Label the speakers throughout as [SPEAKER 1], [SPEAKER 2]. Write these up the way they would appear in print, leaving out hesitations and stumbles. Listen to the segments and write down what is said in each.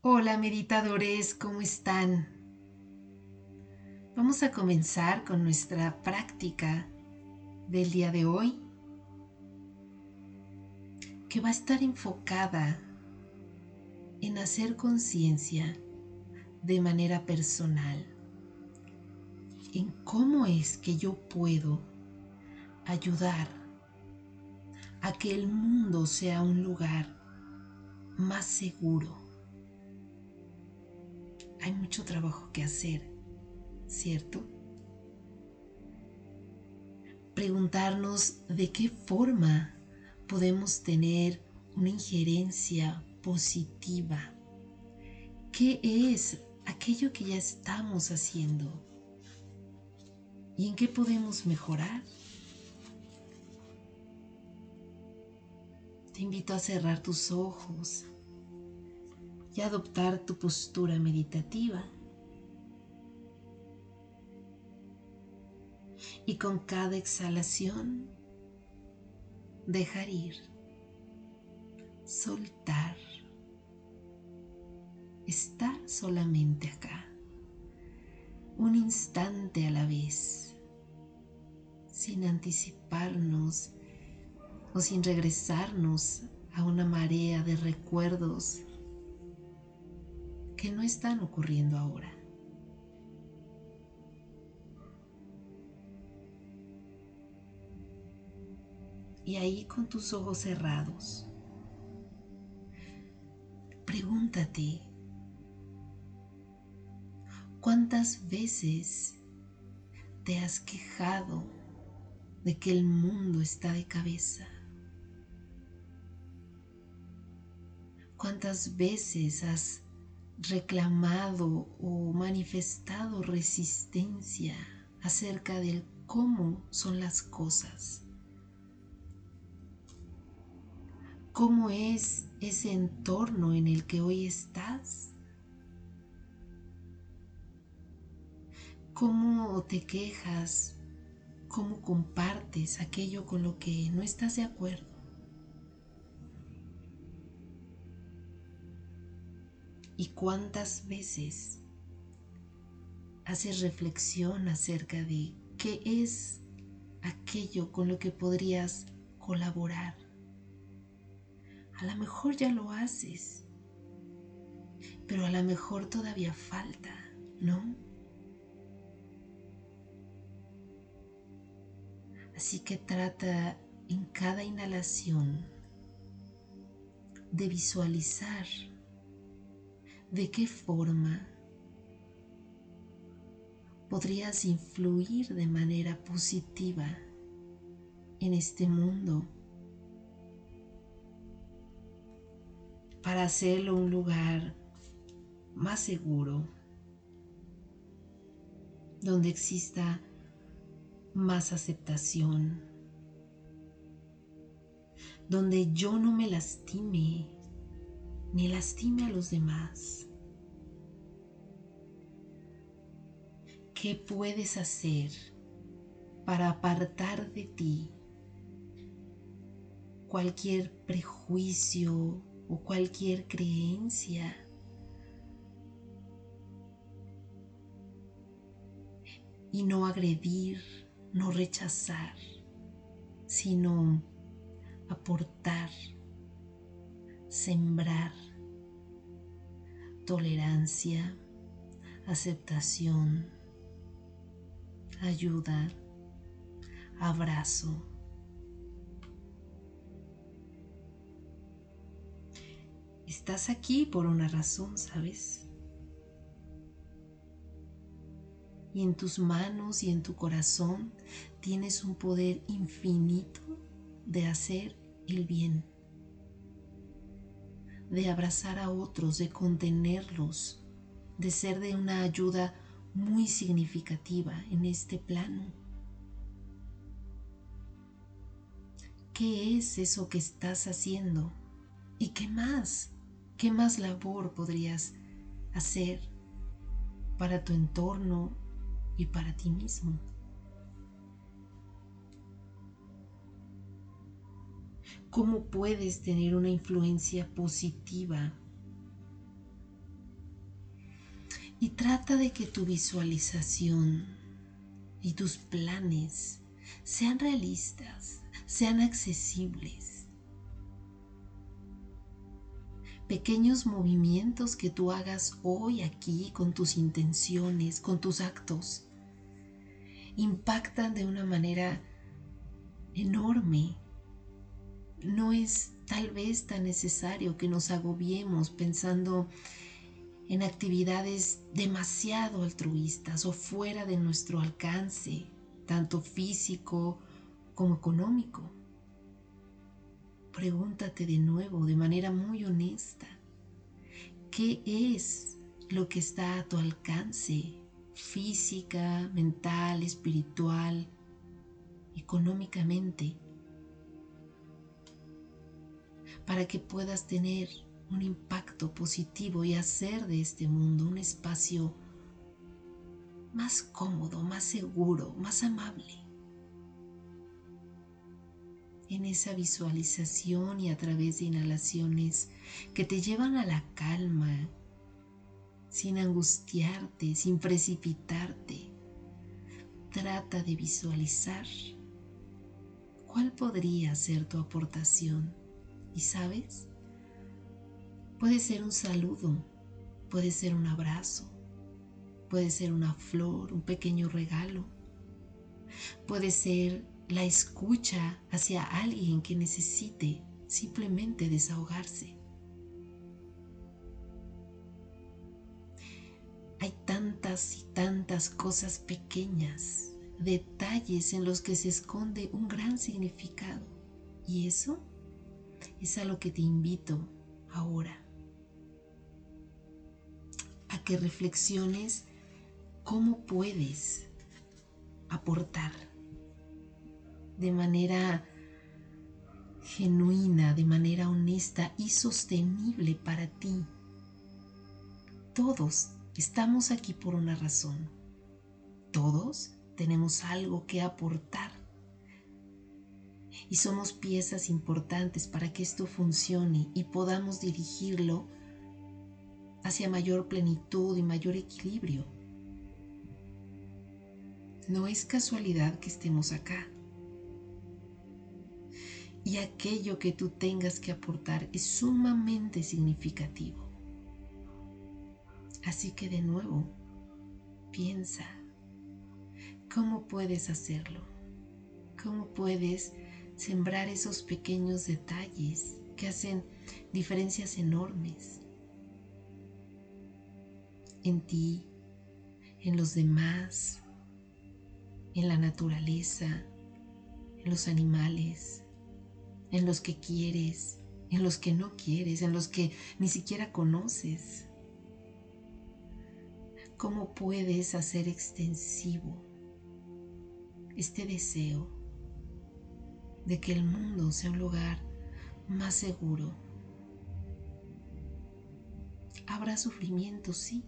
[SPEAKER 1] Hola meditadores, ¿cómo están? Vamos a comenzar con nuestra práctica del día de hoy, que va a estar enfocada en hacer conciencia de manera personal, en cómo es que yo puedo ayudar a que el mundo sea un lugar más seguro. Hay mucho trabajo que hacer, ¿cierto? Preguntarnos de qué forma podemos tener una injerencia positiva. ¿Qué es aquello que ya estamos haciendo? ¿Y en qué podemos mejorar? Te invito a cerrar tus ojos y a adoptar tu postura meditativa. Y con cada exhalación, dejar ir, soltar, estar solamente acá, un instante a la vez, sin anticiparnos o sin regresarnos a una marea de recuerdos que no están ocurriendo ahora. Y ahí con tus ojos cerrados, pregúntate, ¿cuántas veces te has quejado de que el mundo está de cabeza? ¿Cuántas veces has reclamado o manifestado resistencia acerca del cómo son las cosas? ¿Cómo es ese entorno en el que hoy estás? ¿Cómo te quejas? ¿Cómo compartes aquello con lo que no estás de acuerdo? ¿Y cuántas veces haces reflexión acerca de qué es aquello con lo que podrías colaborar? A lo mejor ya lo haces, pero a lo mejor todavía falta, ¿no? Así que trata en cada inhalación de visualizar de qué forma podrías influir de manera positiva en este mundo para hacerlo un lugar más seguro, donde exista más aceptación, donde yo no me lastime ni lastime a los demás. ¿Qué puedes hacer para apartar de ti cualquier prejuicio o cualquier creencia y no agredir, no rechazar, sino aportar, sembrar tolerancia, aceptación, ayuda, abrazo? Estás aquí por una razón, ¿sabes? Y en tus manos y en tu corazón tienes un poder infinito de hacer el bien, de abrazar a otros, de contenerlos, de ser de una ayuda muy significativa en este plano. ¿Qué es eso que estás haciendo? ¿Y qué más? ¿Qué más labor podrías hacer para tu entorno y para ti mismo? ¿Cómo puedes tener una influencia positiva Y trata de que tu visualización y tus planes sean realistas, sean accesibles. Pequeños movimientos que tú hagas hoy aquí con tus intenciones, con tus actos, impactan de una manera enorme. No es tal vez tan necesario que nos agobiemos pensando en actividades demasiado altruistas o fuera de nuestro alcance, tanto físico como económico. Pregúntate de nuevo, de manera muy honesta, ¿qué es lo que está a tu alcance? Física, mental, espiritual, económicamente, para que puedas tener un impacto positivo y hacer de este mundo un espacio más cómodo, más seguro, más amable. En esa visualización y a través de inhalaciones que te llevan a la calma, sin angustiarte, sin precipitarte, trata de visualizar cuál podría ser tu aportación. ¿Y sabes? Puede ser un saludo, puede ser un abrazo, puede ser una flor, un pequeño regalo, puede ser la escucha hacia alguien que necesite simplemente desahogarse. Hay tantas y tantas cosas pequeñas, detalles en los que se esconde un gran significado. Y eso es a lo que te invito ahora, a que reflexiones cómo puedes aportar de manera genuina, de manera honesta y sostenible para ti. Todos estamos aquí por una razón. Todos tenemos algo que aportar y somos piezas importantes para que esto funcione y podamos dirigirlo hacia mayor plenitud y mayor equilibrio. No es casualidad que estemos acá. Y aquello que tú tengas que aportar es sumamente significativo. Así que de nuevo, piensa, ¿cómo puedes hacerlo? ¿Cómo puedes sembrar esos pequeños detalles que hacen diferencias enormes en ti, en los demás, en la naturaleza, en los animales, en los que quieres, en los que no quieres, en los que ni siquiera conoces? ¿Cómo puedes hacer extensivo este deseo de que el mundo sea un lugar más seguro? Habrá sufrimiento, sí.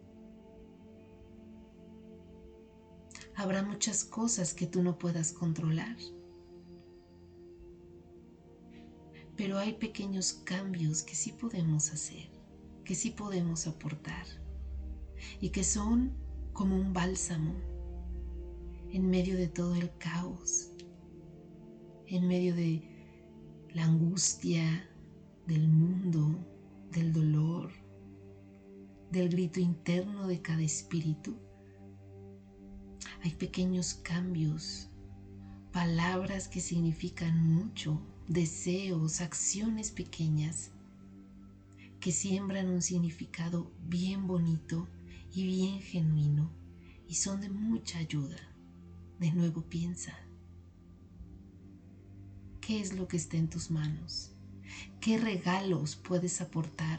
[SPEAKER 1] Habrá muchas cosas que tú no puedas controlar. Pero hay pequeños cambios que sí podemos hacer, que sí podemos aportar y que son como un bálsamo en medio de todo el caos, en medio de la angustia del mundo, del dolor, del grito interno de cada espíritu. Hay pequeños cambios, palabras que significan mucho, deseos, acciones pequeñas que siembran un significado bien bonito y bien genuino y son de mucha ayuda. De nuevo piensa, ¿qué es lo que está en tus manos? ¿Qué regalos puedes aportar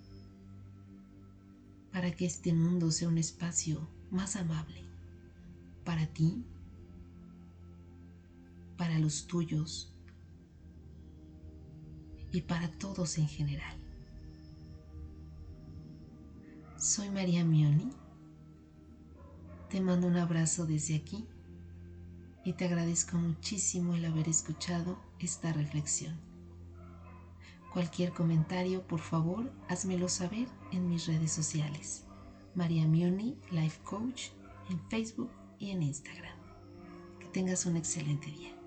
[SPEAKER 1] para que este mundo sea un espacio más amable para ti, para los tuyos y para todos en general? Soy María Mioni, te mando un abrazo desde aquí y te agradezco muchísimo el haber escuchado esta reflexión. Cualquier comentario, por favor, házmelo saber en mis redes sociales. María Mioni, Life Coach, en Facebook y en Instagram. Que tengas un excelente día.